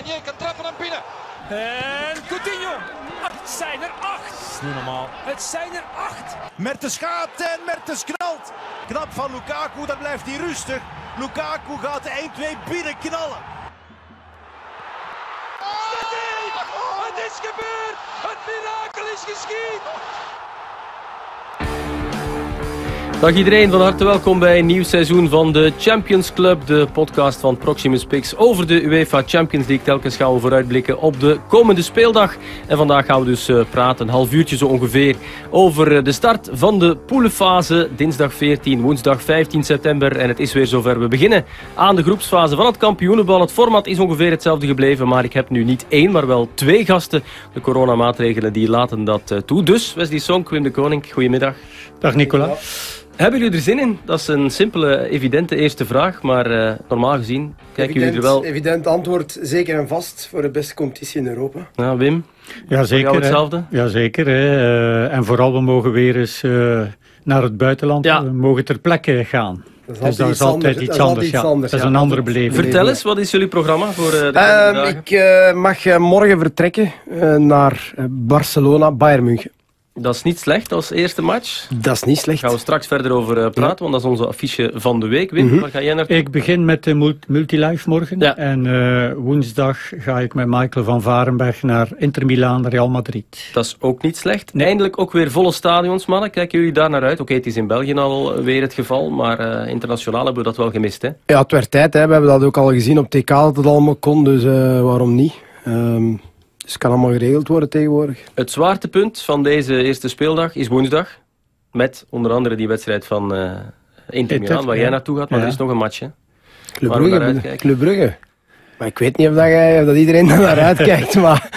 Renier kan trappen en binnen. En Coutinho. Het zijn er 8. Dat is niet normaal. Het zijn er 8. Mertens gaat en Mertens knalt. Knap van Lukaku, dan blijft hij rustig. Lukaku gaat de 1-2 binnen knallen. Het is gebeurd! Het mirakel is geschied! Dag iedereen, van harte welkom bij een nieuw seizoen van de Champions Club, de podcast van Proximus Pix over de UEFA Champions League. Telkens gaan we vooruitblikken op de komende speeldag. En vandaag gaan we dus praten, een half uurtje zo ongeveer, over de start van de poelenfase. Dinsdag 14, woensdag 15 september en het is weer zover. We beginnen aan de groepsfase van het kampioenenbal. Het format is ongeveer hetzelfde gebleven, maar ik heb nu niet één, maar wel twee gasten. De coronamaatregelen die laten dat toe. Dus Wesley Sonk, Wim de Koning, goedemiddag. Dag Nicola. Hebben jullie er zin in? Dat is een simpele, evidente eerste vraag, maar normaal gezien kijken jullie er wel... Evident antwoord, zeker en vast, voor de beste competitie in Europa. Ja, Wim? Ja, zeker. Hetzelfde? Ja, zeker. En vooral, we mogen weer eens naar het buitenland. Ja. We mogen ter plekke gaan. Dus dat is altijd iets anders. Dat is een andere beleving. Vertel eens, wat is jullie programma voor de komende dagen? Ik mag morgen vertrekken naar Barcelona, Bayern München. Dat is niet slecht als eerste match. Dat is niet slecht. Daar gaan we straks verder over praten, want dat is onze affiche van de week. Wim, waar ga jij naartoe? Ik begin met de Multilife morgen. Ja. En woensdag ga ik met Michael van Varenberg naar Inter Milaan, Real Madrid. Dat is ook niet slecht. Nee. Eindelijk ook weer volle stadions, mannen. Kijken jullie daar naar uit? Oké, het is in België al weer het geval, maar internationaal hebben we dat wel gemist, hè? Ja, het werd tijd. Hè. We hebben dat ook al gezien op TK dat het allemaal kon, dus waarom niet? Dus het kan allemaal geregeld worden tegenwoordig. Het zwaartepunt van deze eerste speeldag is woensdag. Met onder andere die wedstrijd van Inter Milaan, waar jij naartoe gaat. Maar er is nog een match, hè? Club Brugge. Maar ik weet niet of dat iedereen daar naar uitkijkt. Maar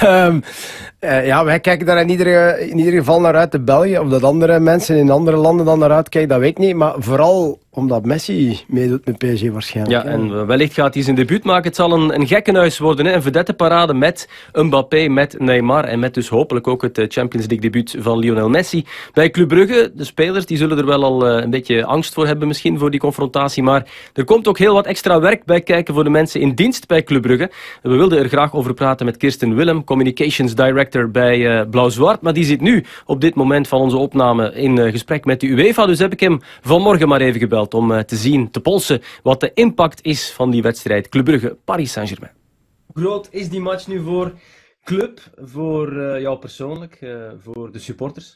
ja, wij kijken daar in ieder geval naar uit in België. Of dat andere mensen in andere landen dan naar uitkijken, dat weet ik niet. Maar vooral omdat Messi meedoet met PSG waarschijnlijk. Ja, en wellicht gaat hij zijn debuut maken. Het zal een gekkenhuis worden, hè? Een vedettenparade met Mbappé, met Neymar en met dus hopelijk ook het Champions League debuut van Lionel Messi. Bij Club Brugge, de spelers, die zullen er wel al een beetje angst voor hebben misschien, voor die confrontatie. Maar er komt ook heel wat extra werk bij kijken voor de mensen in dienst bij Club Brugge. We wilden er graag over praten met Kirsten Willem, Communications Director bij Blauw-Zwart. Maar die zit nu op dit moment van onze opname in gesprek met de UEFA. Dus heb ik hem vanmorgen maar even gebeld om te zien, te polsen, wat de impact is van die wedstrijd Club Brugge-Paris Saint-Germain. Hoe groot is die match nu voor club, voor jou persoonlijk, voor de supporters?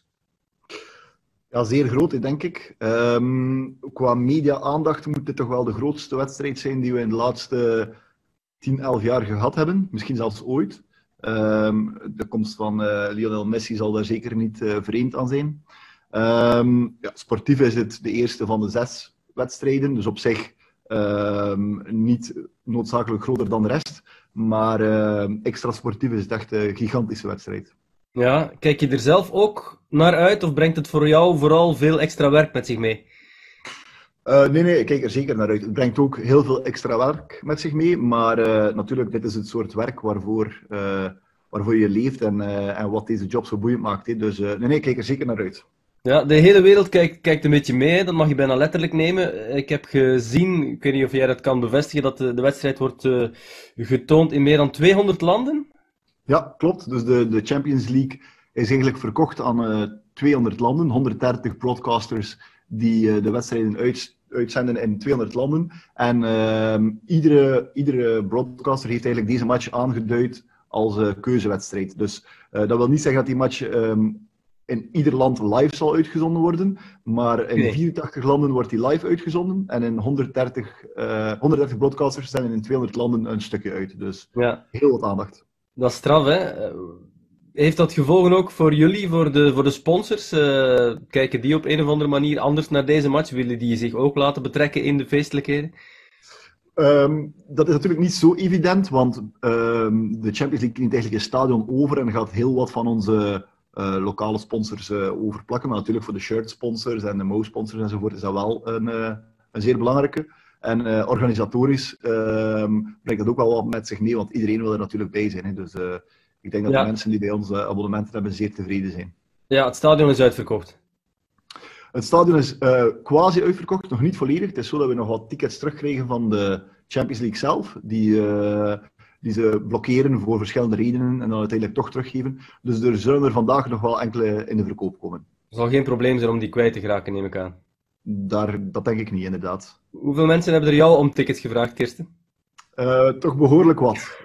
Ja, zeer groot, denk ik. Qua media-aandacht moet dit toch wel de grootste wedstrijd zijn die we in de laatste 10, 11 jaar gehad hebben. Misschien zelfs ooit. De komst van Lionel Messi zal daar zeker niet vreemd aan zijn. Ja, sportief is het de eerste van de 6 wedstrijden, dus op zich niet noodzakelijk groter dan de rest. Maar extra sportief is het echt een gigantische wedstrijd. Ja, kijk je er zelf ook naar uit of brengt het voor jou vooral veel extra werk met zich mee? Nee, ik kijk er zeker naar uit. Het brengt ook heel veel extra werk met zich mee, maar natuurlijk, dit is het soort werk waarvoor je leeft en wat deze job zo boeiend maakt. Hè. Dus nee, ik kijk er zeker naar uit. Ja, de hele wereld kijkt een beetje mee, dat mag je bijna letterlijk nemen. Ik heb gezien, ik weet niet of jij dat kan bevestigen, dat de wedstrijd wordt getoond in meer dan 200 landen? Ja, klopt. Dus de Champions League is eigenlijk verkocht aan 200 landen, 130 broadcasters die de wedstrijden uitzenden in 200 landen. En iedere broadcaster heeft eigenlijk deze match aangeduid als keuzewedstrijd. Dus dat wil niet zeggen dat die match in ieder land live zal uitgezonden worden, maar in 84 landen wordt die live uitgezonden en in 130 broadcasters zenden in 200 landen een stukje uit. Dus heel wat aandacht. Dat is straf, hè? Heeft dat gevolgen ook voor jullie, voor de sponsors? Kijken die op een of andere manier anders naar deze match? Willen die zich ook laten betrekken in de feestelijkheden? Dat is natuurlijk niet zo evident, want de Champions League neemt eigenlijk een stadion over en gaat heel wat van onze lokale sponsors overplakken. Maar natuurlijk voor de shirt-sponsors en de mouw-sponsors enzovoort is dat wel een zeer belangrijke. En organisatorisch brengt dat ook wel wat met zich mee, want iedereen wil er natuurlijk bij zijn. Hè. Dus ik denk dat de mensen die bij ons abonnementen hebben zeer tevreden zijn. Ja, het stadion is uitverkocht. Het stadion is quasi uitverkocht, nog niet volledig. Het is zo dat we nog wat tickets terugkrijgen van de Champions League zelf. Die ze blokkeren voor verschillende redenen en dan uiteindelijk toch teruggeven. Dus er zullen er vandaag nog wel enkele in de verkoop komen. Het zal geen probleem zijn om die kwijt te geraken, neem ik aan. Dat denk ik niet, inderdaad. Hoeveel mensen hebben er jou om tickets gevraagd, Kirsten? Toch behoorlijk wat.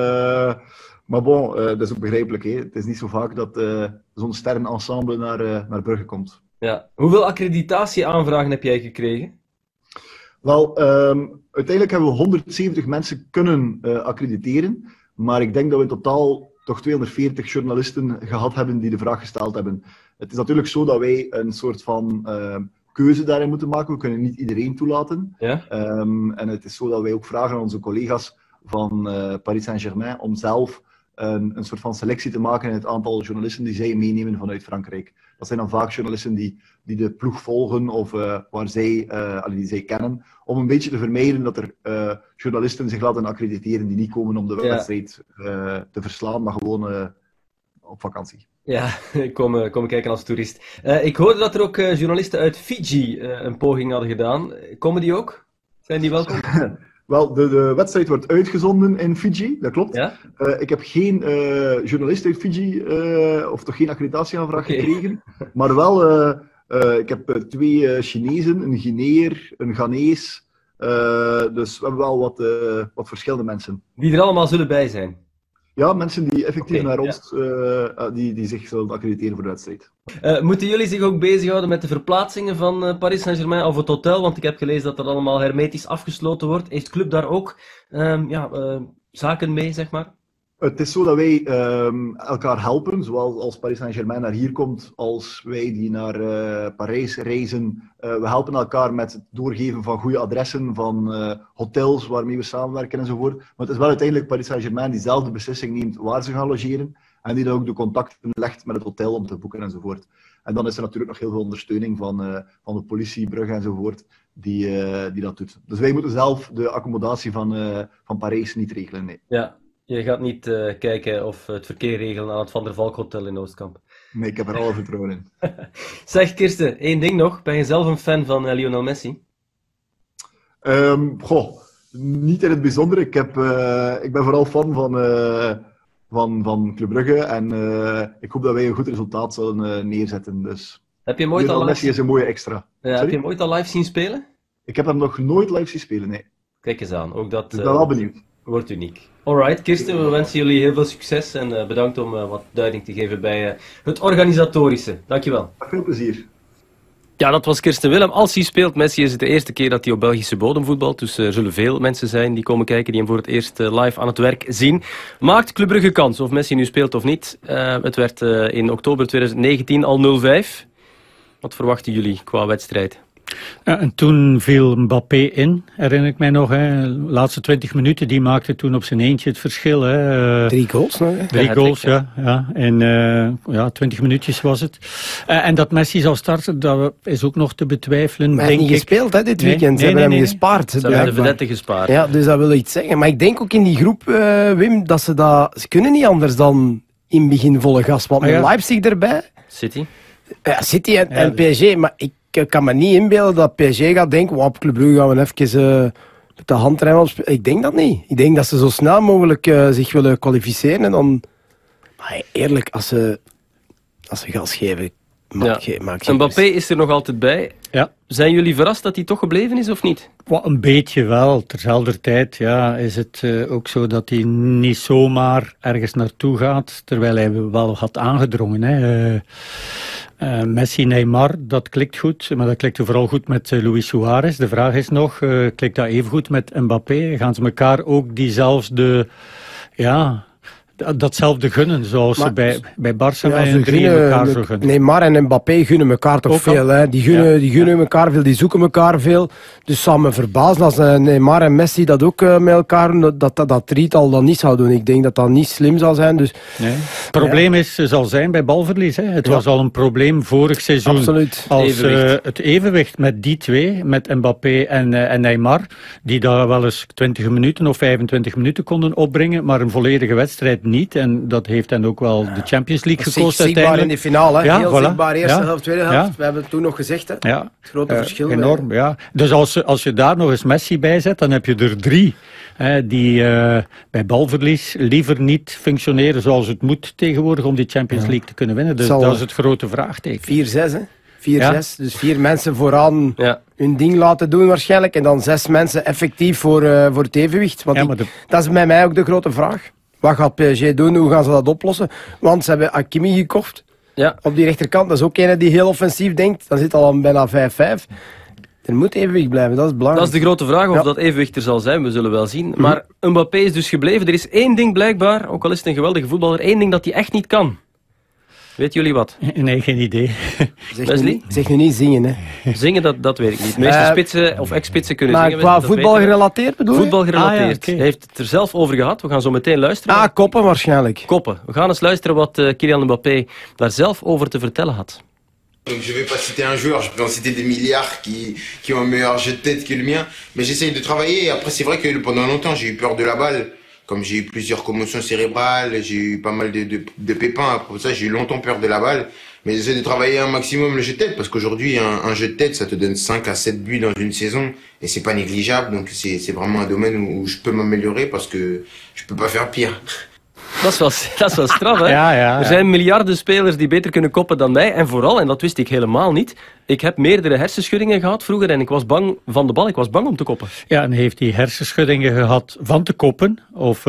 Maar bon, dat is ook begrijpelijk. Hè? Het is niet zo vaak dat zo'n sterrenensemble naar Brugge komt. Ja. Hoeveel accreditatieaanvragen heb jij gekregen? Wel, uiteindelijk hebben we 170 mensen kunnen accrediteren. Maar ik denk dat we in totaal toch 240 journalisten gehad hebben die de vraag gesteld hebben. Het is natuurlijk zo dat wij een soort van keuze daarin moeten maken. We kunnen niet iedereen toelaten. Ja? En het is zo dat wij ook vragen aan onze collega's van Paris Saint-Germain om zelf een soort van selectie te maken in het aantal journalisten die zij meenemen vanuit Frankrijk. Dat zijn dan vaak journalisten die de ploeg volgen of die zij kennen, om een beetje te vermijden dat er journalisten zich laten accrediteren die niet komen om de wedstrijd te verslaan, maar gewoon op vakantie. Ja, ik kom kijken als toerist. Ik hoorde dat er ook journalisten uit Fiji een poging hadden gedaan. Komen die ook? Zijn die welkom? Wel, de wedstrijd wordt uitgezonden in Fiji, dat klopt. Ja? Ik heb geen journalist uit Fiji, of toch geen accreditatieaanvraag gekregen. Maar wel, ik heb 2 Chinezen, een Guineer, een Ghanees. Dus we hebben wel wat verschillende mensen. Die er allemaal zullen bij zijn? Ja, mensen die effectief naar ons, die zich zullen accrediteren voor de wedstrijd. Moeten jullie zich ook bezighouden met de verplaatsingen van Paris Saint-Germain of het hotel? Want ik heb gelezen dat dat allemaal hermetisch afgesloten wordt. Heeft de club daar ook zaken mee, zeg maar? Het is zo dat wij elkaar helpen, zowel als Paris Saint-Germain naar hier komt, als wij die naar Parijs reizen. We helpen elkaar met het doorgeven van goede adressen, van hotels waarmee we samenwerken enzovoort. Maar het is wel uiteindelijk Paris Saint-Germain die zelf de beslissing neemt waar ze gaan logeren en die dan ook de contacten legt met het hotel om te boeken enzovoort. En dan is er natuurlijk nog heel veel ondersteuning van de politie, Brugge enzovoort, die dat doet. Dus wij moeten zelf de accommodatie van Parijs niet regelen, nee. Ja. Je gaat niet kijken of het verkeer regelen aan het Van der Valk Hotel in Oostkamp. Nee, ik heb er alle vertrouwen in. Zeg Kirsten, 1 ding nog. Ben je zelf een fan van Lionel Messi? Niet in het bijzonder. Ik ben vooral fan van Club Brugge en ik hoop dat wij een goed resultaat zullen neerzetten. Dus. Heb je hem ooit Lionel Messi is een mooie extra. Ja, heb je hem ooit al live zien spelen? Ik heb hem nog nooit live zien spelen, nee. Kijk eens aan. Ook dat, ik ben wel benieuwd. Wordt uniek. Alright, Kirsten, we wensen jullie heel veel succes en bedankt om wat duiding te geven bij het organisatorische. Dankjewel. Veel plezier. Ja, dat was Kirsten Willem. Als hij speelt, Messi is het de eerste keer dat hij op Belgische bodem voetbalt. Dus er zullen veel mensen zijn die komen kijken, die hem voor het eerst live aan het werk zien. Maakt Club Brugge kans, of Messi nu speelt of niet. Het werd in oktober 2019 al 0-5. Wat verwachten jullie qua wedstrijd? Ja, en toen viel Mbappé in, herinner ik mij nog. Hè. De laatste 20 minuten, die maakte toen op zijn eentje het verschil. Hè. 3 goals nog, hè? 3 goals, ja. En 20 minuutjes was het. En dat Messi zou starten, dat is ook nog te betwijfelen. Maar hij heeft niet gespeeld hè, dit weekend. Ze hebben hem gespaard. Ze hebben de vedette gespaard. Ja, dus dat wil iets zeggen. Maar ik denk ook in die groep, Wim, dat ze kunnen niet anders dan in het begin volle gas. Want met Leipzig erbij... City? Ja, City en PSG, maar ik kan me niet inbeelden dat PSG gaat denken, op Club Brugge gaan we even met de handrem op spelen. Ik denk dat niet. Ik denk dat ze zo snel mogelijk zich willen kwalificeren en dan... Maar eerlijk, als ze gas geven, maakt geen Mbappé is er nog altijd bij. Ja. Zijn jullie verrast dat hij toch gebleven is of niet? Een beetje wel. Terzelfde tijd is het ook zo dat hij niet zomaar ergens naartoe gaat, terwijl hij wel had aangedrongen. Hè. Messi, Neymar, dat klikt goed, maar dat klikte vooral goed met Luis Suarez. De vraag is nog, klikt dat even goed met Mbappé? Gaan ze elkaar ook datzelfde gunnen, zoals ze bij Barça bij een 3 elkaar zo gunnen? Neymar en Mbappé gunnen elkaar toch ook veel. Hè? Die gunnen elkaar veel, die zoeken elkaar veel. Dus zou me verbazen als Neymar en Messi dat ook met elkaar doen, dat drietal dan niet zou doen. Ik denk dat dat niet slim zal zijn. Dus, Het probleem zal zijn bij balverlies. Hè. Het was al een probleem vorig seizoen. Absoluut. Als het evenwicht met die twee, met Mbappé en Neymar, die daar wel eens 20 minuten of 25 minuten konden opbrengen, maar een volledige wedstrijd niet. En dat heeft hen ook wel de Champions League gekost Zichtbaar uiteindelijk. in de finale. Ja, Heel voilà. zichtbaar eerste Ja. helft, tweede helft. We hebben het toen nog gezegd. Hè. Ja. Het grote verschil. Enorm, ja. Dus als je daar nog eens Messi bij zet, dan heb je er 3 die bij balverlies liever niet functioneren zoals het moet tegenwoordig om die Champions League te kunnen winnen. Dus dat is het grote vraagteken. 4-6, hè. 4-6. Ja. Dus 4 mensen vooraan hun ding laten doen waarschijnlijk. En dan 6 mensen effectief voor het evenwicht. Want dat is bij mij ook de grote vraag. Wat gaat PSG doen? Hoe gaan ze dat oplossen? Want ze hebben Hakimi gekocht. Ja. Op die rechterkant. Dat is ook een die heel offensief denkt. Dan zit al aan bijna 5-5. Er moet evenwicht blijven, dat is belangrijk. Dat is de grote vraag of dat evenwicht er zal zijn, we zullen wel zien. Maar Mbappé is dus gebleven. Er is 1 ding blijkbaar, ook al is het een geweldige voetballer, 1 ding dat hij echt niet kan. Weten jullie wat? Nee, geen idee. Zeg nu niet zingen, hè. Zingen, dat weet ik niet. De meeste spitsen of ex-spitsen kunnen maar zingen. qua voetbal gerelateerd bedoel je? Voetbal gerelateerd. Okay. Hij heeft het er zelf over gehad. We gaan zo meteen luisteren. Koppen waarschijnlijk. Koppen. We gaan eens luisteren wat Kylian Mbappé daar zelf over te vertellen had. Donc je vais pas citer un joueur, je peux en citer des milliards qui ont un meilleur jeu de tête que le mien. Mais j'essaye de travailler. Et après c'est vrai que pendant longtemps j'ai eu peur de la balle. Comme j'ai eu plusieurs commotions cérébrales, j'ai eu pas mal de pépins. Après ça j'ai eu longtemps peur de la balle. Mais j'essaie de travailler un maximum le jeu de tête. Parce qu'aujourd'hui un jeu de tête ça te donne 5 à 7 buts dans une saison. Et c'est pas négligeable. Donc c'est vraiment un domaine où je peux m'améliorer. Parce que je peux pas faire pire. Dat is wel straf, hè? Ja. Er zijn miljarden spelers die beter kunnen koppen dan mij. En vooral, en dat wist ik helemaal niet, ik heb meerdere hersenschuddingen gehad vroeger en ik was bang van de bal, ik was bang om te koppen. Ja, en heeft hij hersenschuddingen gehad van te koppen? Of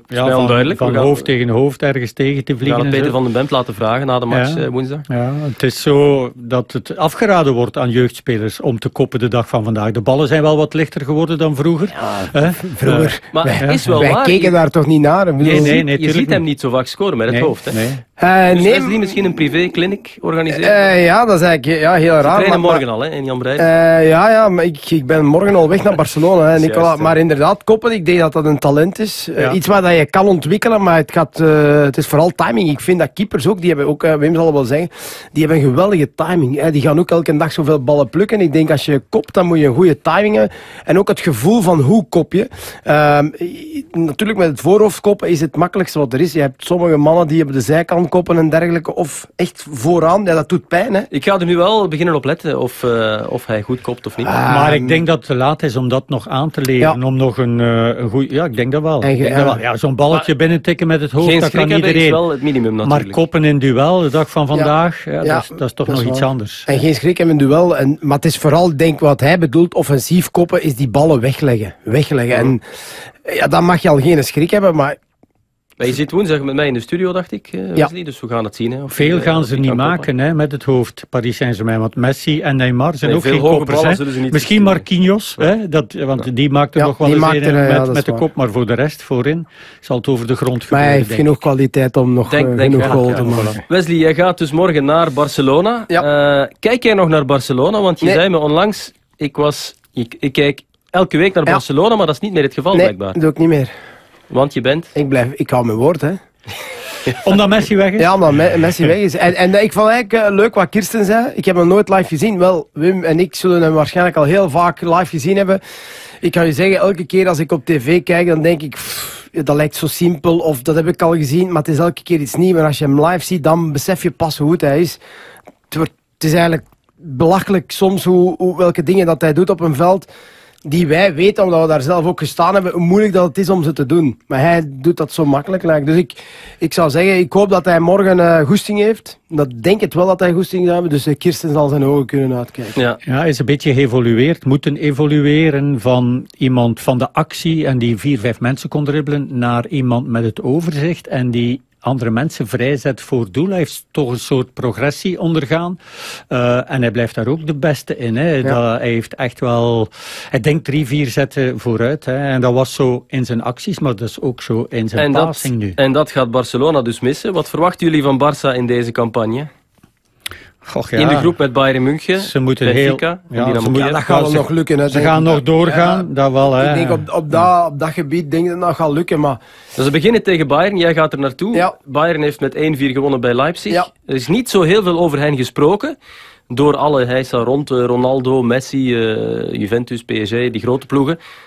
van hoofd tegen hoofd ergens tegen te vliegen? We gaan het Peter van den Bemt laten vragen na de match woensdag. Ja, het is zo dat het afgeraden wordt aan jeugdspelers om te koppen de dag van vandaag. De ballen zijn wel wat lichter geworden dan vroeger. Vroeger. Maar het is wel wij waar. Keken daar toch niet naar? Nee, je ziet hem niet zo vaak scoren met het hoofd. Hè? Dus Wesley misschien een privé-clinic organiseren? Ja, dat is eigenlijk heel raar. Ze trainen morgen al, hè, in Jan Breiden. Maar ik ben morgen al weg naar Barcelona, hè, Nicola. Juist, maar inderdaad, koppen, ik denk dat dat een talent is. Iets wat je kan ontwikkelen, maar het is vooral timing. Ik vind dat keepers ook, die hebben ook, Wim zal het wel zeggen, die hebben een geweldige timing. Hè. Die gaan ook elke dag zoveel ballen plukken. Ik denk, als je kopt, dan moet je een goede timing hebben. En ook het gevoel van hoe kop je. Natuurlijk, met het voorhoofd koppen is het makkelijkste wat er is. Je hebt sommige mannen die op de zijkant koppen en dergelijke, of echt vooraan. Ja, dat doet pijn, hè. Ik ga er nu wel beginnen op letten of hij goed kopt of niet. Maar ik denk dat het te laat is om dat nog aan te leren. Om nog een goed... Ja, ik denk dat wel. Ja, zo'n balletje binnentikken met het hoofd, dat kan iedereen. Is wel het minimum natuurlijk. Maar koppen in duel, de dag van vandaag, dat is toch nog iets anders. En geen schrik in een duel. Maar het is vooral, denk wat hij bedoelt, offensief koppen, is die ballen wegleggen. En dan mag je al geen schrik hebben, maar... Je zit woensdag met mij in de studio, dacht ik, Wesley, dus we gaan het zien. Hè, veel gaan ze niet maken met het hoofd, Paris Saint-Germain. Want Messi en Neymar zijn ook geen koppers. Misschien Marquinhos, want die maakt er nog wel eens met de kop. Maar voor de rest, voorin, zal het over de grond gebeuren. Maar hij heeft genoeg kwaliteit om nog genoeg goal te maken. Wesley, jij gaat dus morgen naar Barcelona. Kijk jij nog naar Barcelona? Want je zei me onlangs, ik kijk elke week naar Barcelona, maar dat is niet meer het geval blijkbaar. Dat doe ik niet meer. Want je bent? Ik hou mijn woord, hè. Omdat Messi weg is? Ja, omdat Messi weg is. En ik vond eigenlijk leuk wat Kirsten zei. Ik heb hem nooit live gezien. Wel, Wim en ik zullen hem waarschijnlijk al heel vaak live gezien hebben. Ik kan je zeggen, elke keer als ik op tv kijk, dan denk ik... dat lijkt zo simpel, of dat heb ik al gezien, maar het is elke keer iets nieuws. Maar als je hem live ziet, dan besef je pas hoe goed hij is. Het is eigenlijk belachelijk soms welke dingen dat hij doet op een veld... die wij weten, omdat we daar zelf ook gestaan hebben, hoe moeilijk dat het is om ze te doen. Maar hij doet dat zo makkelijk. Dus ik zou zeggen, ik hoop dat hij morgen goesting heeft. Dat denk ik wel dat hij goesting zou hebben. Dus Kirsten zal zijn ogen kunnen uitkijken. Ja, hij is een beetje geëvolueerd. Moeten evolueren van iemand van de actie en die 4-5 mensen kon dribbelen, naar iemand met het overzicht en die andere mensen vrijzet voor doel. Hij heeft toch een soort progressie ondergaan. En hij blijft daar ook de beste in. Hè. Hij heeft echt wel... Hij denkt 3-4 zetten vooruit. Hè. En dat was zo in zijn acties, maar dat is ook zo in zijn passing nu. En dat gaat Barcelona dus missen. Wat verwachten jullie van Barça in deze campagne? In de groep met Bayern München, ze moeten Benfica, dat gaat wel nog lukken. Ze gaan nog doorgaan, dat wel. Hè. Ik denk op dat gebied denk ik dat gaat lukken. Maar... Dus we beginnen tegen Bayern, jij gaat er naartoe. Ja. Bayern heeft met 1-4 gewonnen bij Leipzig. Ja. Er is niet zo heel veel over hen gesproken. Door alle heisa rond Ronaldo, Messi, Juventus, PSG, die grote ploegen.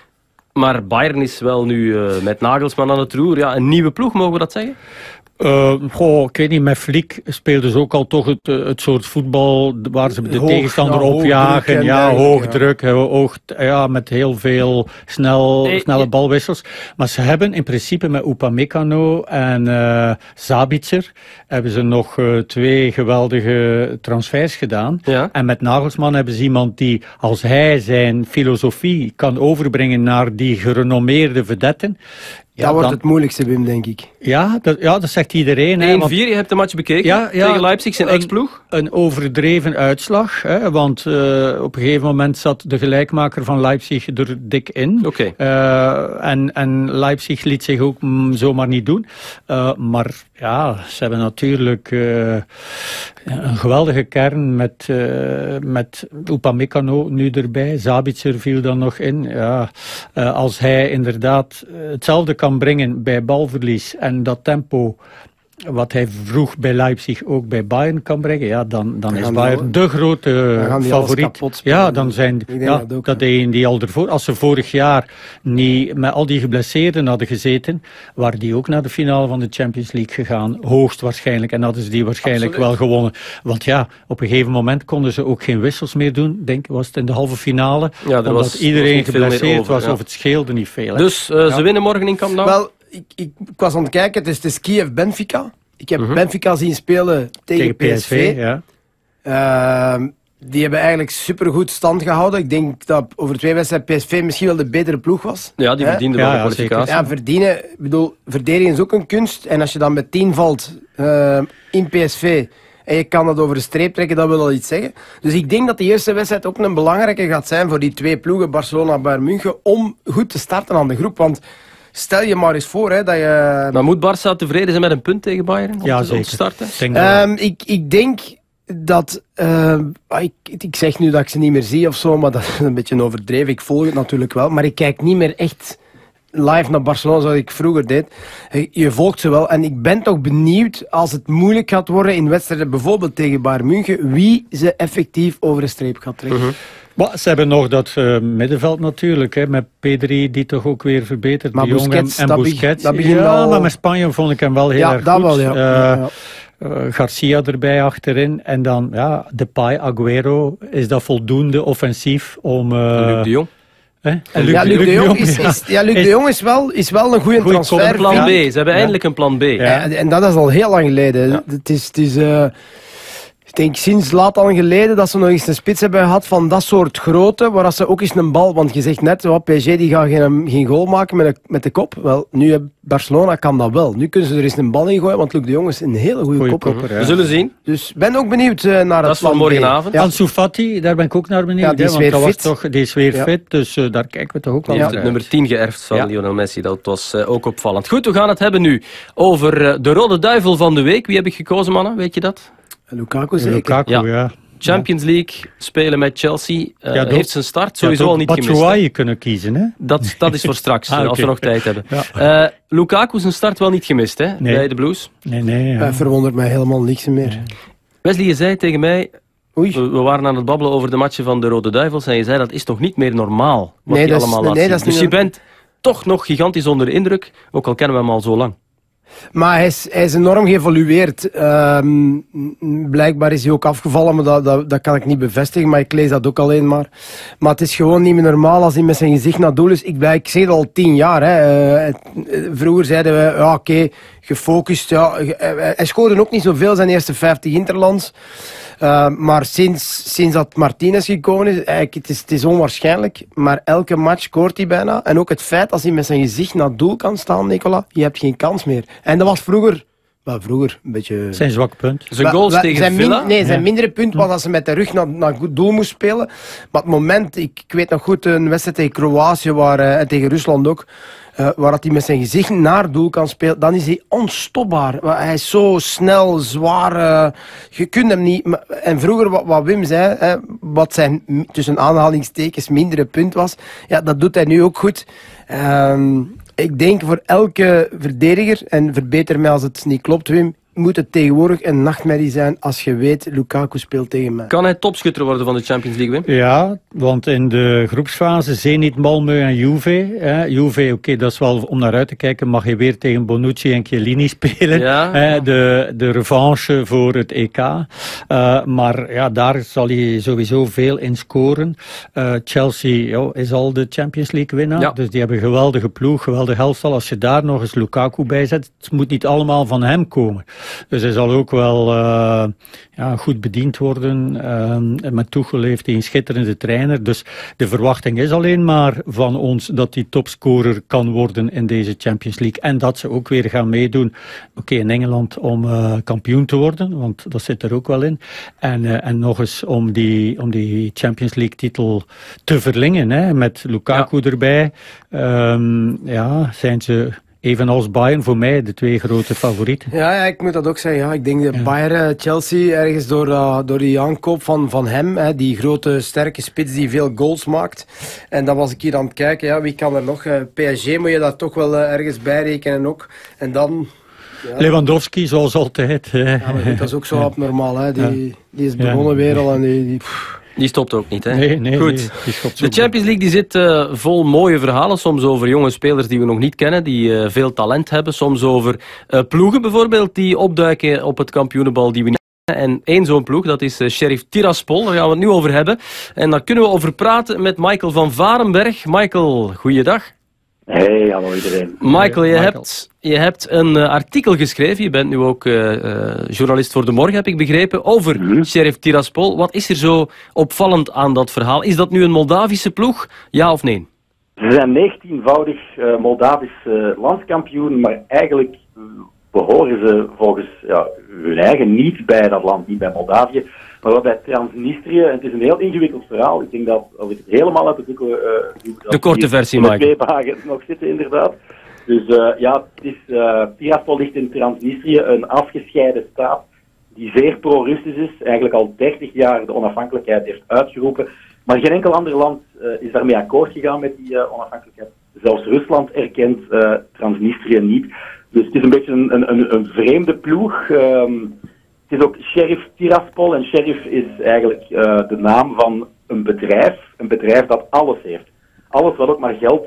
Maar Bayern is wel nu met Nagelsman aan het roer. Ja, een nieuwe ploeg, mogen we dat zeggen? Ik weet niet, met Flick speelden ze ook al toch het soort voetbal waar ze de tegenstander opjagen. Hoog druk, met heel veel snelle balwissels. Maar ze hebben in principe met Upamecano en Sabitzer hebben ze nog 2 geweldige transfers gedaan. Ja. En met Nagelsman hebben ze iemand die, als hij zijn filosofie kan overbrengen naar die gerenommeerde vedetten. Dat wordt het moeilijkste, Wim, denk ik. Ja, dat zegt iedereen. 1-4, je hebt de match bekeken tegen Leipzig, zijn ex-ploeg. Een overdreven uitslag, want op een gegeven moment zat de gelijkmaker van Leipzig er dik in. Okay. En Leipzig liet zich ook zomaar niet doen. Maar ja, ze hebben natuurlijk een geweldige kern met Upamecano nu erbij. Sabitzer viel dan nog in. Ja, als hij inderdaad hetzelfde kan brengen bij balverlies en dat tempo wat hij vroeg bij Leipzig ook bij Bayern kan brengen, ja, dan is Bayern de grote favoriet. Ja, dan zijn dat die al ervoor. Als ze vorig jaar niet met al die geblesseerden hadden gezeten, waren die ook naar de finale van de Champions League gegaan, hoogstwaarschijnlijk, en hadden ze die waarschijnlijk wel gewonnen. Want ja, op een gegeven moment konden ze ook geen wissels meer doen. Denk, was het in de halve finale, omdat iedereen geblesseerd was, of het scheelde niet veel. Hè. Dus ze winnen morgen in Camp Nou? Wel, ik was aan het kijken, het is Kiev-Benfica. Ik heb Benfica zien spelen tegen PSV. Die hebben eigenlijk supergoed stand gehouden. Ik denk dat over 2 wedstrijden PSV misschien wel de betere ploeg was. Ja, die verdiende wel de kwalificatie. Ja, verdienen. Ik bedoel, verdedigen is ook een kunst. En als je dan met 10 valt in PSV en je kan dat over de streep trekken, dat wil al iets zeggen. Dus ik denk dat die eerste wedstrijd ook een belangrijke gaat zijn voor die 2 ploegen, Barcelona en Bayern München, om goed te starten aan de groep. Want stel je maar eens voor dat je... Maar moet Barça tevreden zijn met een punt tegen Bayern om te starten? Ik denk dat... ik zeg nu dat ik ze niet meer zie of zo, maar dat is een beetje overdreven. Ik volg het natuurlijk wel, maar ik kijk niet meer echt live naar Barcelona zoals ik vroeger deed. Je volgt ze wel en ik ben toch benieuwd als het moeilijk gaat worden in wedstrijden, bijvoorbeeld tegen Bayern München, wie ze effectief over de streep gaat trekken. Maar ze hebben nog dat middenveld natuurlijk, hè, met Pedri die toch ook weer verbeterd. Maar Busquets, en Busquets. Dat begint maar met Spanje vond ik hem wel heel erg goed. Wel, Garcia erbij achterin. En dan Depay, Aguero. Is dat voldoende offensief om... Luc de Jong. Luc de Jong is wel een goede transfer. Een plan B. Ze hebben eindelijk een plan B. Ja, en dat is al heel lang geleden. Ja. Het is ik denk sinds lang geleden dat ze nog eens een spits hebben gehad van dat soort grootte, waar ze ook eens een bal, want je zegt net, PSG die gaat geen goal maken met de kop. Wel, nu Barcelona kan dat wel. Nu kunnen ze er eens een bal in gooien, want Luc de Jong is een hele goede kopper. Ja. We zullen zien. Dus ben ook benieuwd naar het plan. Dat is van morgenavond. Ja. Ansu Fati, daar ben ik ook naar benieuwd. Ja, die is weer fit, dus daar kijken we toch ook wel naar. Hij heeft het nummer 10 geërfd van Lionel Messi, dat was ook opvallend. Goed, we gaan het hebben nu over de Rode Duivel van de week. Wie heb ik gekozen, mannen? Weet je dat? Lukaku zeker. Lukaku, ja. Champions League, spelen met Chelsea, heeft zijn start sowieso al niet gemist. Batshuayi kunnen kiezen, hè? Dat is voor straks, als we nog tijd hebben. Ja. Lukaku zijn start wel niet gemist, hè, bij de Blues? Nee. Verwondert mij helemaal niks meer. Wesley, je zei tegen mij, we waren aan het babbelen over de matchen van de Rode Duivels en je zei dat is toch niet meer normaal wat hij allemaal laat zien. Dus je bent toch nog gigantisch onder de indruk, ook al kennen we hem al zo lang. Maar hij is enorm geëvolueerd. Blijkbaar is hij ook afgevallen, maar dat kan ik niet bevestigen. Maar ik lees dat ook alleen maar. Maar het is gewoon niet meer normaal als hij met zijn gezicht naar doel is. Ik zeg het al 10 jaar. Hè. Vroeger zeiden we, oké, gefocust. Ja. Hij scoorde ook niet zoveel zijn eerste 50 interlands. Maar sinds dat Martinez gekomen is, het is onwaarschijnlijk. Maar elke match scoort hij bijna. En ook het feit als hij met zijn gezicht naar doel kan staan, Nicola, je hebt geen kans meer. En dat was vroeger een beetje... Zijn zwak punt. Zijn goals tegen Villa? Zijn mindere punt was als ze met de rug naar goed doel moest spelen. Maar het moment, ik weet nog goed, een wedstrijd tegen Kroatië en tegen Rusland ook, waar hij met zijn gezicht naar doel kan spelen, dan is hij onstopbaar. Hij is zo snel, zwaar. Je kunt hem niet... En vroeger, wat Wim zei, wat zijn tussen aanhalingstekens mindere punt was, ja, dat doet hij nu ook goed. Ik denk voor elke verdediger, en verbeter mij als het niet klopt, Wim, moet het tegenwoordig een nachtmerrie zijn als je weet, Lukaku speelt tegen mij. Kan hij topschutter worden van de Champions League, Wim? Ja, want in de groepsfase Zenit, Malmö en Juve. Juve, oké, dat is wel om naar uit te kijken. Mag je weer tegen Bonucci en Chiellini spelen. Ja. De revanche voor het EK. Maar ja, daar zal hij sowieso veel in scoren. Chelsea is al de Champions League winnaar. Ja. Dus die hebben een geweldige ploeg, geweldig elftal. Als je daar nog eens Lukaku bij zet, het moet niet allemaal van hem komen. Dus hij zal ook wel goed bediend worden. Met Tuchel heeft hij een schitterende trainer. Dus de verwachting is alleen maar van ons dat hij topscorer kan worden in deze Champions League. En dat ze ook weer gaan meedoen, in Engeland om kampioen te worden. Want dat zit er ook wel in. En nog eens om die Champions League titel te verlengen. Hè, met Lukaku erbij. Zijn ze... Evenals Bayern, voor mij de 2 grote favorieten. Ja, ik moet dat ook zeggen. Ja. Ik denk dat Bayern, Chelsea, ergens door die aankoop van hem, die grote sterke spits die veel goals maakt. En dan was ik hier aan het kijken, wie kan er nog? PSG moet je daar toch wel ergens bij rekenen ook. En dan... Ja. Lewandowski, zoals altijd. Ja, maar goed, dat is ook zo abnormaal. Hè. Die is begonnen weer al en Die stopt ook niet, hè? Nee, goed. die stopt de Champions League die zit vol mooie verhalen. Soms over jonge spelers die we nog niet kennen, die veel talent hebben. Soms over ploegen bijvoorbeeld, die opduiken op het kampioenenbal die we niet kennen. En één zo'n ploeg, dat is Sheriff Tiraspol. Daar gaan we het nu over hebben. En daar kunnen we over praten met Michael van Varenberg. Michael, goeiedag. Hey, hallo iedereen. Michael, je hebt een artikel geschreven. Je bent nu ook journalist voor De Morgen, heb ik begrepen, over Sheriff Tiraspol. Wat is er zo opvallend aan dat verhaal? Is dat nu een Moldavische ploeg, ja of nee? Ze zijn 19-voudig Moldavisch landskampioen, maar eigenlijk behoren ze volgens hun eigen niet bij dat land, niet bij Moldavië, maar wel bij Transnistrië. En het is een heel ingewikkeld verhaal. Ik denk dat, als ik het helemaal uit de boeken de korte versie, Michael. 2 dagen nog zitten, inderdaad. Dus Tiraspol ligt in Transnistrië, een afgescheiden staat die zeer pro-Russisch is, eigenlijk al 30 jaar de onafhankelijkheid heeft uitgeroepen. Maar geen enkel ander land is daarmee akkoord gegaan met die onafhankelijkheid. Zelfs Rusland erkent Transnistrië niet. Dus het is een beetje een vreemde ploeg. Het is ook Sheriff Tiraspol. En Sheriff is eigenlijk de naam van een bedrijf dat alles heeft. Alles wat ook maar geld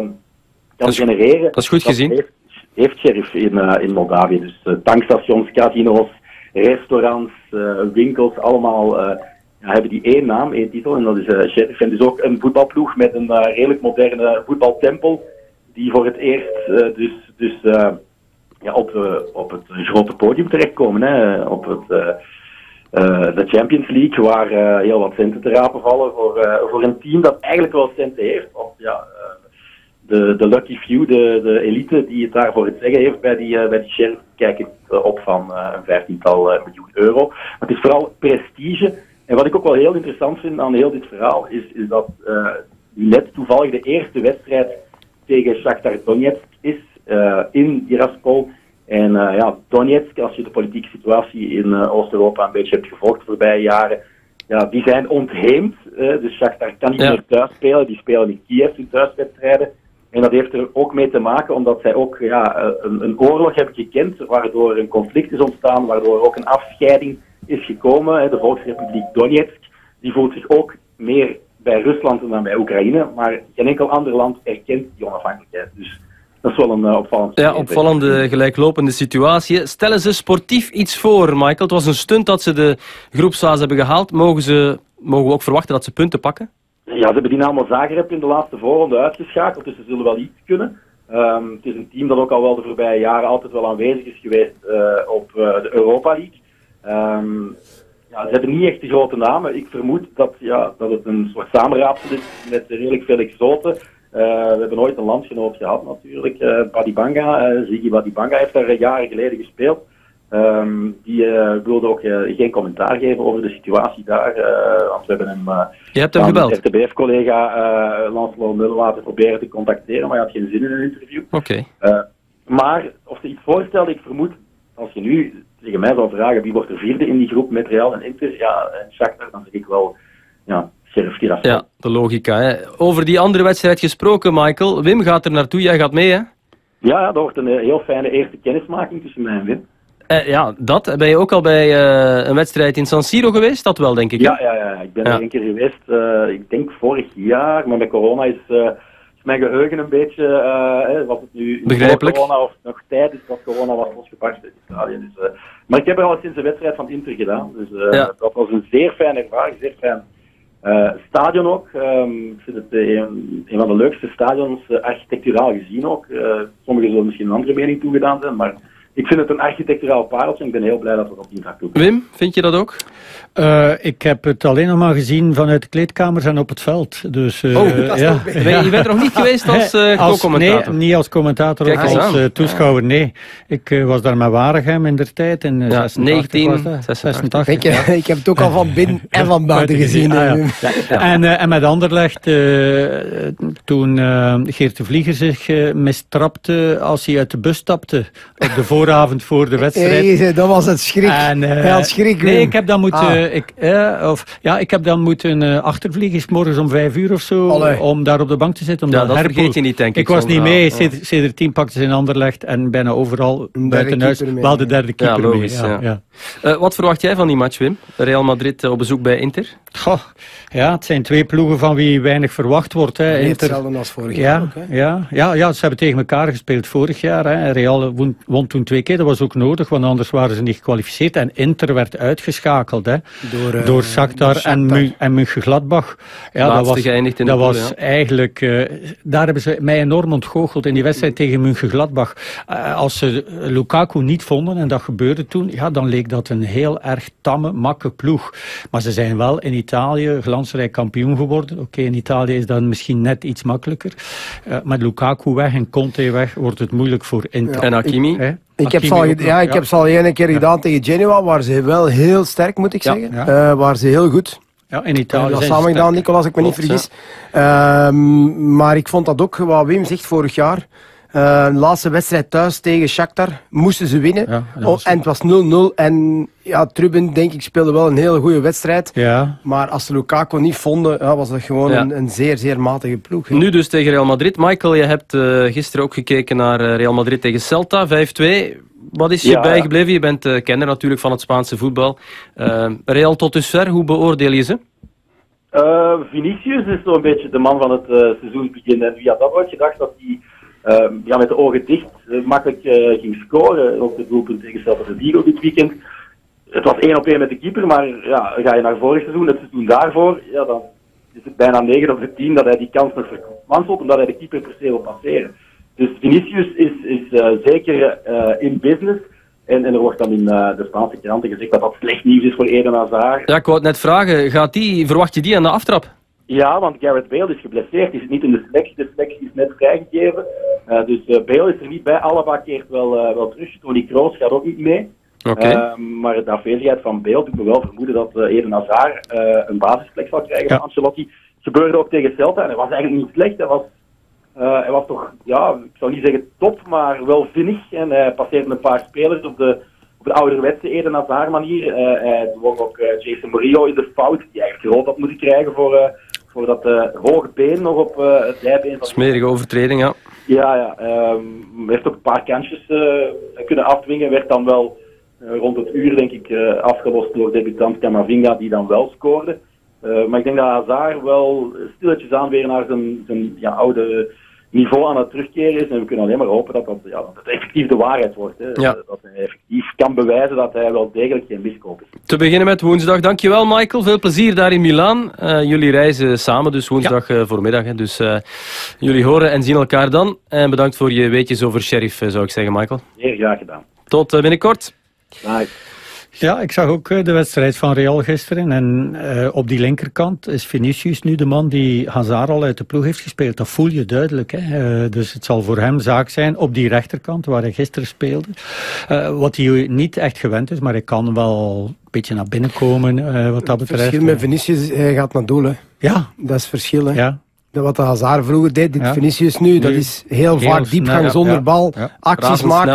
kan genereren. Dat is goed gezien. Heeft Sheriff in Moldavië. Dus tankstations, casino's, restaurants, winkels, allemaal hebben die één naam, één titel. En dat is Sheriff. En dus ook een voetbalploeg met een redelijk moderne voetbaltempel. Die voor het eerst op het grote podium terechtkomen. Hè, op de Champions League, waar heel wat centen te rapen vallen voor een team dat eigenlijk wel centen heeft. Want de lucky few, de elite die het daar voor het zeggen heeft bij die Sheriff, kijken op van een 15-tal miljoen euro. Maar het is vooral prestige. En wat ik ook wel heel interessant vind aan heel dit verhaal, is dat net toevallig de eerste wedstrijd tegen Shakhtar Donetsk is in Tiraspol. En Donetsk, als je de politieke situatie in Oost-Europa een beetje hebt gevolgd de voorbije jaren, die zijn ontheemd. Dus Shakhtar kan niet meer thuis spelen. Die spelen in Kiev hun thuiswedstrijden. En dat heeft er ook mee te maken omdat zij ook een oorlog hebben gekend, waardoor een conflict is ontstaan, waardoor ook een afscheiding is gekomen. De Volksrepubliek Donetsk, die voelt zich ook meer bij Rusland dan bij Oekraïne, maar geen enkel ander land erkent die onafhankelijkheid. Dus dat is wel een opvallende gelijklopende situatie. Stellen ze sportief iets voor, Michael? Het was een stunt dat ze de groepsfase hebben gehaald. Mogen we ook verwachten dat ze punten pakken? Ja, ze hebben Dynamo Zagreb in de laatste voorronde uitgeschakeld, dus ze zullen wel iets kunnen. Het is een team dat ook al wel de voorbije jaren altijd wel aanwezig is geweest op de Europa League. Ze hebben niet echt de grote namen. Ik vermoed dat het een soort samenraapsel is met redelijk veel exoten. We hebben ooit een landgenoot gehad natuurlijk. Badibanga, Ziggy Badibanga heeft daar jaren geleden gespeeld. Die wilde ook geen commentaar geven over de situatie daar. Want we hebben hem je hebt hem gebeld? RTBF-collega Lancelot Mulle laten proberen te contacteren, maar hij had geen zin in een interview. Oké. Maar of ze iets voorstelde, ik vermoed, als je nu tegen mij zou vragen wie wordt er vierde in die groep met Real en Inter, en Shakhtar, dan zeg ik wel, Sheriff Tiraspol. Ja, de logica. Hè. Over die andere wedstrijd gesproken, Michael. Wim gaat er naartoe, jij gaat mee, hè? Ja, dat wordt een heel fijne eerste kennismaking tussen mij en Wim. Dat. Ben je ook al bij een wedstrijd in San Siro geweest? Dat wel, denk ik. Ja. Ik ben er een keer geweest, ik denk vorig jaar, maar met corona is mijn geheugen een beetje, was het nu begrijpelijk. Corona of nog tijdens dat corona was losgebarsten in het stadion. Dus, maar ik heb er al sinds de wedstrijd van Inter gedaan, dus dat was een zeer fijne ervaring, zeer fijn stadion ook. Ik vind het een van de leukste stadions, architecturaal gezien ook. Sommigen zullen misschien een andere mening toegedaan zijn, maar ik vind het een architecturaal pareltje en ik ben heel blij dat we op die dag doen. Wim, vind je dat ook? Ik heb het alleen nog maar gezien vanuit de kleedkamers en op het veld. Dus, je bent er nog niet geweest als co-commentator? Nee, niet als commentator of als toeschouwer, nee. Ik was daar met Waregem in der tijd. In 1986. Ik heb het ook al van binnen en van buiten gezien. En met Anderlecht, toen Geert de Vlieger zich mistrapte als hij uit de bus stapte op de vooravond voor de wedstrijd. Dat was het schrik. Nee, ik heb dan moeten... Ik heb dan moeten achtervliegen, 's morgens om 5 uur of zo, om daar op de bank te zitten. Dat vergeet je niet, denk ik. Ik was niet mee, CD10 pakte ze in Anderlecht en bijna overal buitenhuis wel de derde keeper logisch, mee. Wat verwacht jij van die match, Wim? Real Madrid op bezoek bij Inter? Het zijn twee ploegen van wie weinig verwacht wordt. Inter, hetzelfde als vorig jaar ook. Ze hebben tegen elkaar gespeeld vorig jaar. Hè. Real won toen 2 keer, dat was ook nodig, want anders waren ze niet gekwalificeerd. En Inter werd uitgeschakeld door Shakhtar en Mönchengladbach. Dat was eigenlijk... daar hebben ze mij enorm ontgoocheld in die wedstrijd tegen Mönchengladbach. Als ze Lukaku niet vonden, en dat gebeurde toen, dan leek dat een heel erg tamme, makke ploeg. Maar ze zijn wel in Italië glansrijk kampioen geworden. Oké, in Italië is dat misschien net iets makkelijker. Met Lukaku weg en Conte weg wordt het moeilijk voor Inter. En Hakimi? Ik heb ze al 1 keer gedaan tegen Genoa, waar ze wel heel sterk, moet ik zeggen. Waar ze heel goed... Ja, in Italië dat samen gedaan, Nicolas, als ik me niet vergis. Maar ik vond dat ook, wat Wim zegt, vorig jaar. De laatste wedstrijd thuis tegen Shakhtar moesten ze winnen. En het was 0-0. En Trubin, denk ik, speelde wel een hele goede wedstrijd. Ja. Maar als ze Lukaku niet vonden, was dat gewoon een zeer, zeer matige ploeg. Nu dus tegen Real Madrid. Michael, je hebt gisteren ook gekeken naar Real Madrid tegen Celta, 5-2. Wat is je bijgebleven? Je bent kenner natuurlijk van het Spaanse voetbal. Real tot dusver, hoe beoordeel je ze? Vinicius is zo'n beetje de man van het seizoensbegin. En wie had dat ooit gedacht dat hij met de ogen dicht makkelijk ging scoren. Ook het doelpunt tegen Celta de Vigo dit weekend. Het was 1-op-1 met de keeper, maar ga je naar vorig seizoen, het seizoen daarvoor, dan is het bijna 9 op de 10 dat hij die kans nog verkwanselt, omdat hij de keeper per se wil passeren. Dus Vinicius is zeker in business. En er wordt dan in de Spaanse kranten gezegd dat dat slecht nieuws is voor Eden Hazard. Ja, ik wou het net vragen. Verwacht je die aan de aftrap? Ja, want Gareth Bale is geblesseerd. Hij zit niet in de selectie. De selectie is net vrijgegeven. Dus Bale is er niet bij. Alaba keert wel terug. Toni Kroos gaat ook niet mee. Maar de afwezigheid van Bale doet me wel vermoeden dat Eden Hazard een basisplek zal krijgen van Ancelotti. Het gebeurde ook tegen Celta en hij was eigenlijk niet slecht. Hij was toch, ik zou niet zeggen top, maar wel vinnig. En hij passeerde een paar spelers op de ouderwetse Eden Hazard manier. Hij dwong ook Jason Murillo in de fout, die eigenlijk rood had moeten krijgen voor dat hoge been nog op het zijbeen. Smerige overtreding, ja. Heeft ook een paar kansjes kunnen afdwingen. Werd dan wel rond het uur, denk ik, afgelost door debutant Camavinga, die dan wel scoorde. Maar ik denk dat Hazard wel stilletjes aan weer naar zijn oude niveau aan het terugkeren is. En we kunnen alleen maar hopen dat het effectief de waarheid wordt. Hè. Dat hij effectief kan bewijzen dat hij wel degelijk geen miskoop is. Te beginnen met woensdag. Dankjewel, Michael. Veel plezier daar in Milaan. Jullie reizen samen, dus woensdag voormiddag. Hè. Dus jullie horen en zien elkaar dan. En bedankt voor je weetjes over Sheriff, zou ik zeggen, Michael. Zeer graag gedaan. Tot binnenkort. Bye. Ja, ik zag ook de wedstrijd van Real gisteren. En op die linkerkant is Vinicius nu de man die Hazard al uit de ploeg heeft gespeeld. Dat voel je duidelijk. Hè? Dus het zal voor hem zaak zijn op die rechterkant waar hij gisteren speelde. Wat hij niet echt gewend is, maar hij kan wel een beetje naar binnen komen wat dat betreft. Het verschil met Vinicius, hij gaat naar doel. Hè. Ja. Dat is het verschil. Hè. Ja. Wat de Hazard vroeger deed, dit Vinicius nu, dat is heel vaak diepgang zonder bal, acties maken.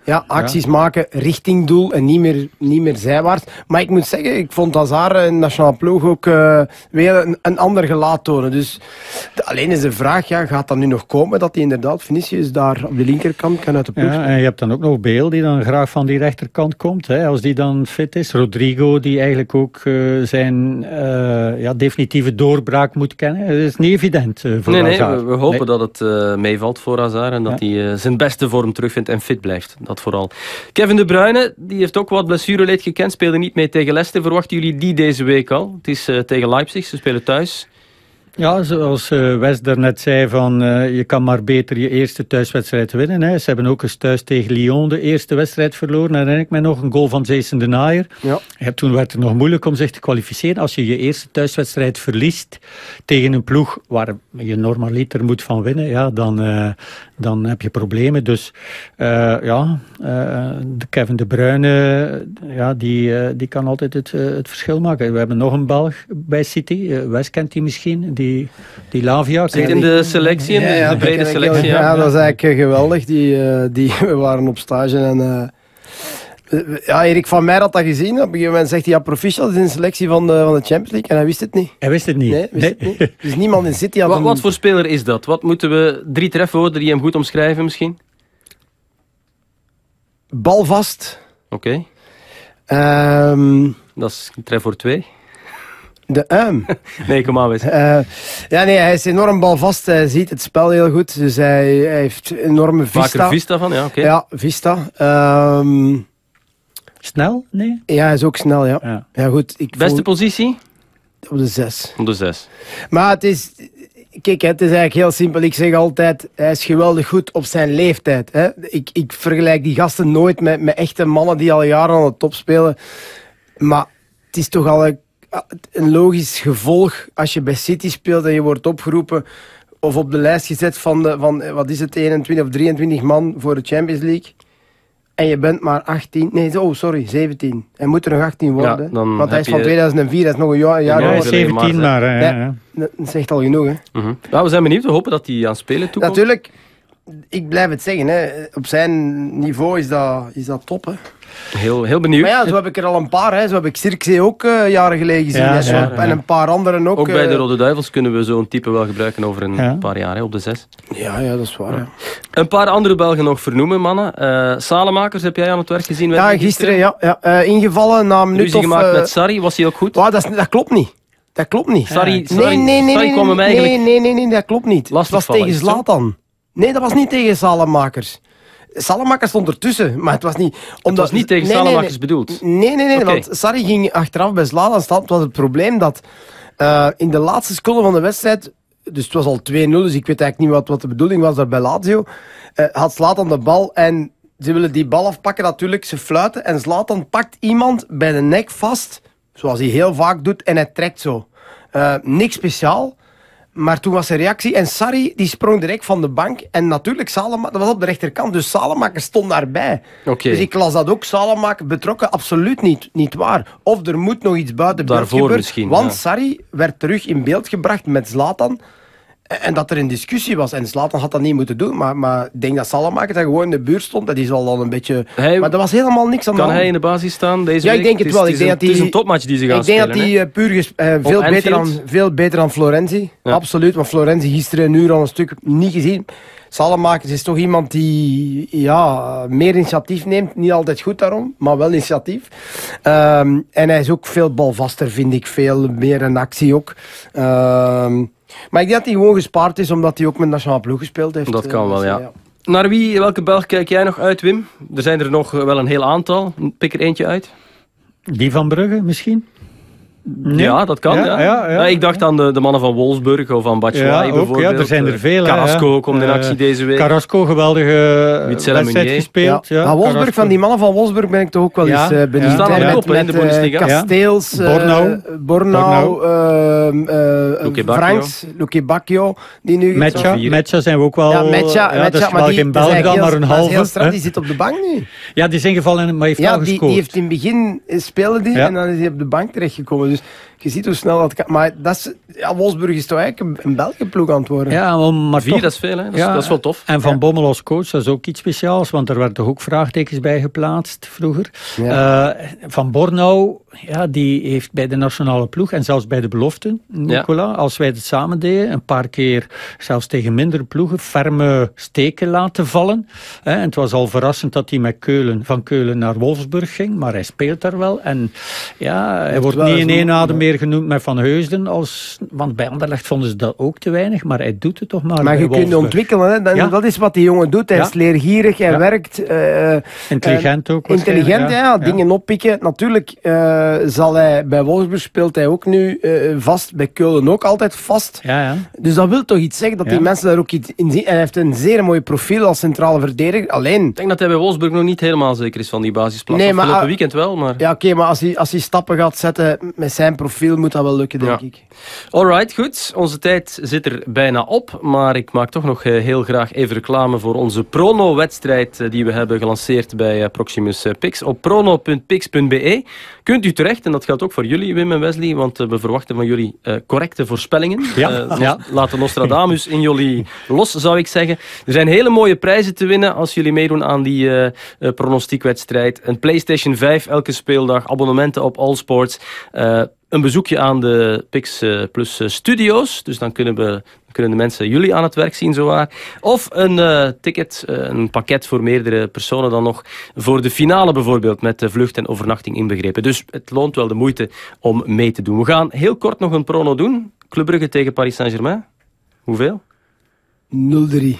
acties maken richting doel en niet meer zijwaarts. Maar ik moet zeggen, ik vond Hazard in de nationale ploeg ook weer een ander gelaat tonen. Dus alleen is de vraag, gaat dat nu nog komen dat hij inderdaad Vinicius daar op de linkerkant kan uit de ploeg spelen? En je hebt dan ook nog Bale die dan graag van die rechterkant komt, hè, als die dan fit is. Rodrigo die eigenlijk ook zijn definitieve doorbraak moet kennen. Het is niet evident voor Hazard. We hopen dat het meevalt voor Hazard en dat hij zijn beste vorm terugvindt en fit blijft. Dat vooral. Kevin De Bruyne, die heeft ook wat blessureleed gekend, speelde niet mee tegen Leicester. Verwachten jullie die deze week al? Het is tegen Leipzig, ze spelen thuis. Ja, zoals Wes daarnet zei, je kan maar beter je eerste thuiswedstrijd winnen. Hè. Ze hebben ook eens thuis tegen Lyon de eerste wedstrijd verloren. Herinner ik mij nog, een goal van Jason Denayer. Ja. Toen werd het nog moeilijk om zich te kwalificeren. Als je je eerste thuiswedstrijd verliest tegen een ploeg waar je normaliter moet van winnen, dan heb je problemen. Dus Kevin De Bruyne, die kan altijd het verschil maken. We hebben nog een Belg bij City. Wes kent die misschien. Die Lavia. Zit in de selectie, in de brede selectie. Ja, dat is eigenlijk geweldig. We waren op stage en... Erik van Meijer had dat gezien. Op een gegeven moment zegt hij, proficiat is in de selectie van de Champions League. En hij wist het niet. Hij wist het niet. Nee, wist het niet. Dus niemand in City had Wat voor speler is dat? Wat moeten we 3 trefwoorden die hem goed omschrijven misschien? Balvast. Oké. Dat is trefwoord 2. Nee, kom aan, Wes. Hij is enorm balvast. Hij ziet het spel heel goed. Dus hij heeft enorme vista. Vaker vista van, ja, oké. Ja, vista. Snel? Nee? Ja, hij is ook snel, ja. Goed, beste positie? Op de 6. Op de 6. Maar het is... Kijk, het is eigenlijk heel simpel. Ik zeg altijd, hij is geweldig goed op zijn leeftijd. Hè. Ik vergelijk die gasten nooit met echte mannen die al jaren aan de top spelen. Maar het is toch al een logisch gevolg als je bij City speelt en je wordt opgeroepen of op de lijst gezet van wat is het, 21 of 23 man voor de Champions League. En je bent maar 17. Hij moet er nog 18 worden. Ja, want hij is van 2004, dat is nog een jaar. Ja, 17 maar. Dat zegt al genoeg. Hè. Mm-hmm. We zijn benieuwd, we hopen dat hij aan spelen toekomt. Natuurlijk, ik blijf het zeggen, hè. Op zijn niveau is dat top. Hè. Heel benieuwd. Maar zo heb ik er al een paar. Hè. Zo heb ik Zirkzee ook jaren geleden gezien. En een paar anderen ook. Ook bij de Rode Duivels kunnen we zo'n type wel gebruiken over een paar jaar, hè, op de 6. Ja, dat is waar. Ja. Een paar andere Belgen nog vernoemen, mannen. Salemakers, heb jij aan het werk gezien? Ja, gisteren. Ingevallen na een minuut ruzie gemaakt met Sarri, was hij ook goed? Dat klopt niet. Dat klopt niet. Sarri kwam hem eigenlijk... Nee, dat klopt niet. Het was tegen Zlatan. Nee, dat was niet tegen Salemakers. Salemakers stond ertussen, maar het was niet... Het was niet tegen Salemakers bedoeld? Nee, want Sarri ging achteraf bij Zlatan staan. Het was het probleem dat in de laatste seconde van de wedstrijd, dus het was al 2-0, dus ik weet eigenlijk niet wat de bedoeling was daar bij Lazio, had Zlatan de bal en ze willen die bal afpakken natuurlijk, ze fluiten en Zlatan pakt iemand bij de nek vast, zoals hij heel vaak doet, en hij trekt zo. Niks speciaal. Maar toen was er reactie en Sarri die sprong direct van de bank. En natuurlijk, Salemaker, dat was op de rechterkant, dus Salemaker stond daarbij. Okay. Dus ik las dat ook, Salemaker betrokken, absoluut niet waar. Of er moet nog iets buiten beeld gebeuren. Misschien, want Sarri werd terug in beeld gebracht met Zlatan. En dat er een discussie was. En Zlatan had dat niet moeten doen. Maar ik denk dat Salemaker dat gewoon in de buurt stond. Dat is al dan een beetje... maar er was helemaal niks aan de hand. Kan hij in de basis staan deze week? Ik denk het wel. Het is een topmatch die ze gaan spelen. Ik denk dat hij veel beter dan Florenzi. Ja. Absoluut. Want Florenzi gisteren een uur al een stuk niet gezien. Salemakers is toch iemand die meer initiatief neemt. Niet altijd goed daarom, maar wel initiatief. En hij is ook veel balvaster, vind ik. Veel meer in actie ook. Maar ik denk dat hij gewoon gespaard is, omdat hij ook met de nationale ploeg gespeeld heeft. Dat kan wel, ja. Naar welke Belg kijk jij nog uit, Wim? Er zijn er nog wel een heel aantal. Pik er eentje uit. Die van Brugge misschien? Nee? Ja, dat kan. Ja. Ik dacht aan de mannen van Wolfsburg of van Batshuayi bijvoorbeeld. Ja, er zijn er veel. Carrasco komt in actie deze week. Carrasco, geweldige wedstrijd gespeeld. Ja. Maar Wolfsburg, van die mannen van Wolfsburg ben ik toch ook wel eens benieuwd. Die staan aan de kop in de Bundesliga. Kasteels, Bornau, Franks, Luque Bacchio. Metja zijn we ook wel... dat is wel geen Belg dan, maar een halve. Die zit op de bank nu. Ja, die is ingevallen, maar heeft wel gescoord. Die heeft in het begin speelde die en dan is hij op de bank terechtgekomen. Dus Je ziet hoe snel dat kan. Maar dat is, Wolfsburg is toch eigenlijk een België-ploeg aan het worden. Ja, maar 4, toch, dat is veel, hè? Dat is wel tof. En Van Bommel als coach, dat is ook iets speciaals, want er werden toch ook vraagtekens bij geplaatst vroeger. Ja. Van Bornau, die heeft bij de nationale ploeg en zelfs bij de beloften, Nicola, als wij het samen deden, een paar keer zelfs tegen mindere ploegen, ferme steken laten vallen. En het was al verrassend dat hij met van Keulen naar Wolfsburg ging, maar hij speelt daar wel. En hij wordt niet in één adem meer genoemd met Van Heusden, want bij Anderlecht vonden ze dat ook te weinig, maar hij doet het toch maar. Maar je kunt ontwikkelen, hè? Dat is wat die jongen doet. Hij is leergierig, hij werkt. Intelligent ook. Intelligent, dingen oppikken. Natuurlijk zal hij bij Wolfsburg speelt hij ook nu vast, bij Keulen ook altijd vast. Ja. Dus dat wil toch iets zeggen dat die mensen daar ook iets in zien. En hij heeft een zeer mooi profiel als centrale verdediger. Alleen... Ik denk dat hij bij Wolfsburg nog niet helemaal zeker is van die basisplaats. Nee, maar afgelopen weekend wel, maar... Ja, oké, maar als hij stappen gaat zetten met zijn profiel, moet dat wel lukken, denk ik. Alright, goed. Onze tijd zit er bijna op, maar ik maak toch nog heel graag even reclame voor onze prono-wedstrijd die we hebben gelanceerd bij Proximus Pix. Op prono.pix.be kunt u terecht, en dat geldt ook voor jullie, Wim en Wesley, want we verwachten van jullie correcte voorspellingen. Laat de Nostradamus in jullie los, zou ik zeggen. Er zijn hele mooie prijzen te winnen als jullie meedoen aan die prognostiek-wedstrijd. Een PlayStation 5 elke speeldag, abonnementen op All Sports, een bezoekje aan de Pix Plus studio's. Dus dan kunnen de mensen jullie aan het werk zien, zowaar. Of een ticket, een pakket voor meerdere personen dan nog. Voor de finale bijvoorbeeld, met vlucht en overnachting inbegrepen. Dus het loont wel de moeite om mee te doen. We gaan heel kort nog een prono doen. Club Brugge tegen Paris Saint-Germain. Hoeveel? 0-3. 0-3?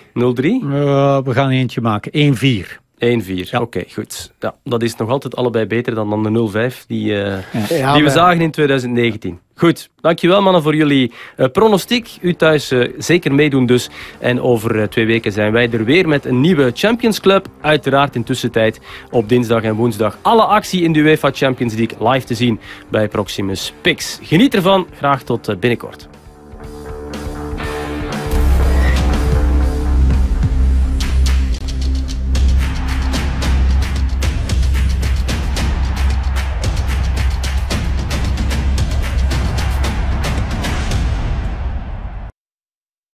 We gaan eentje maken. 1-4. 1-4, oké, goed. Ja, dat is nog altijd allebei beter dan de 0-5 die we zagen in 2019. Goed, dankjewel mannen voor jullie pronostiek. U thuis zeker meedoen dus. En over 2 weken zijn wij er weer met een nieuwe Champions Club. Uiteraard in tussentijd op dinsdag en woensdag alle actie in de UEFA Champions League live te zien bij Proximus Pix. Geniet ervan, graag tot binnenkort.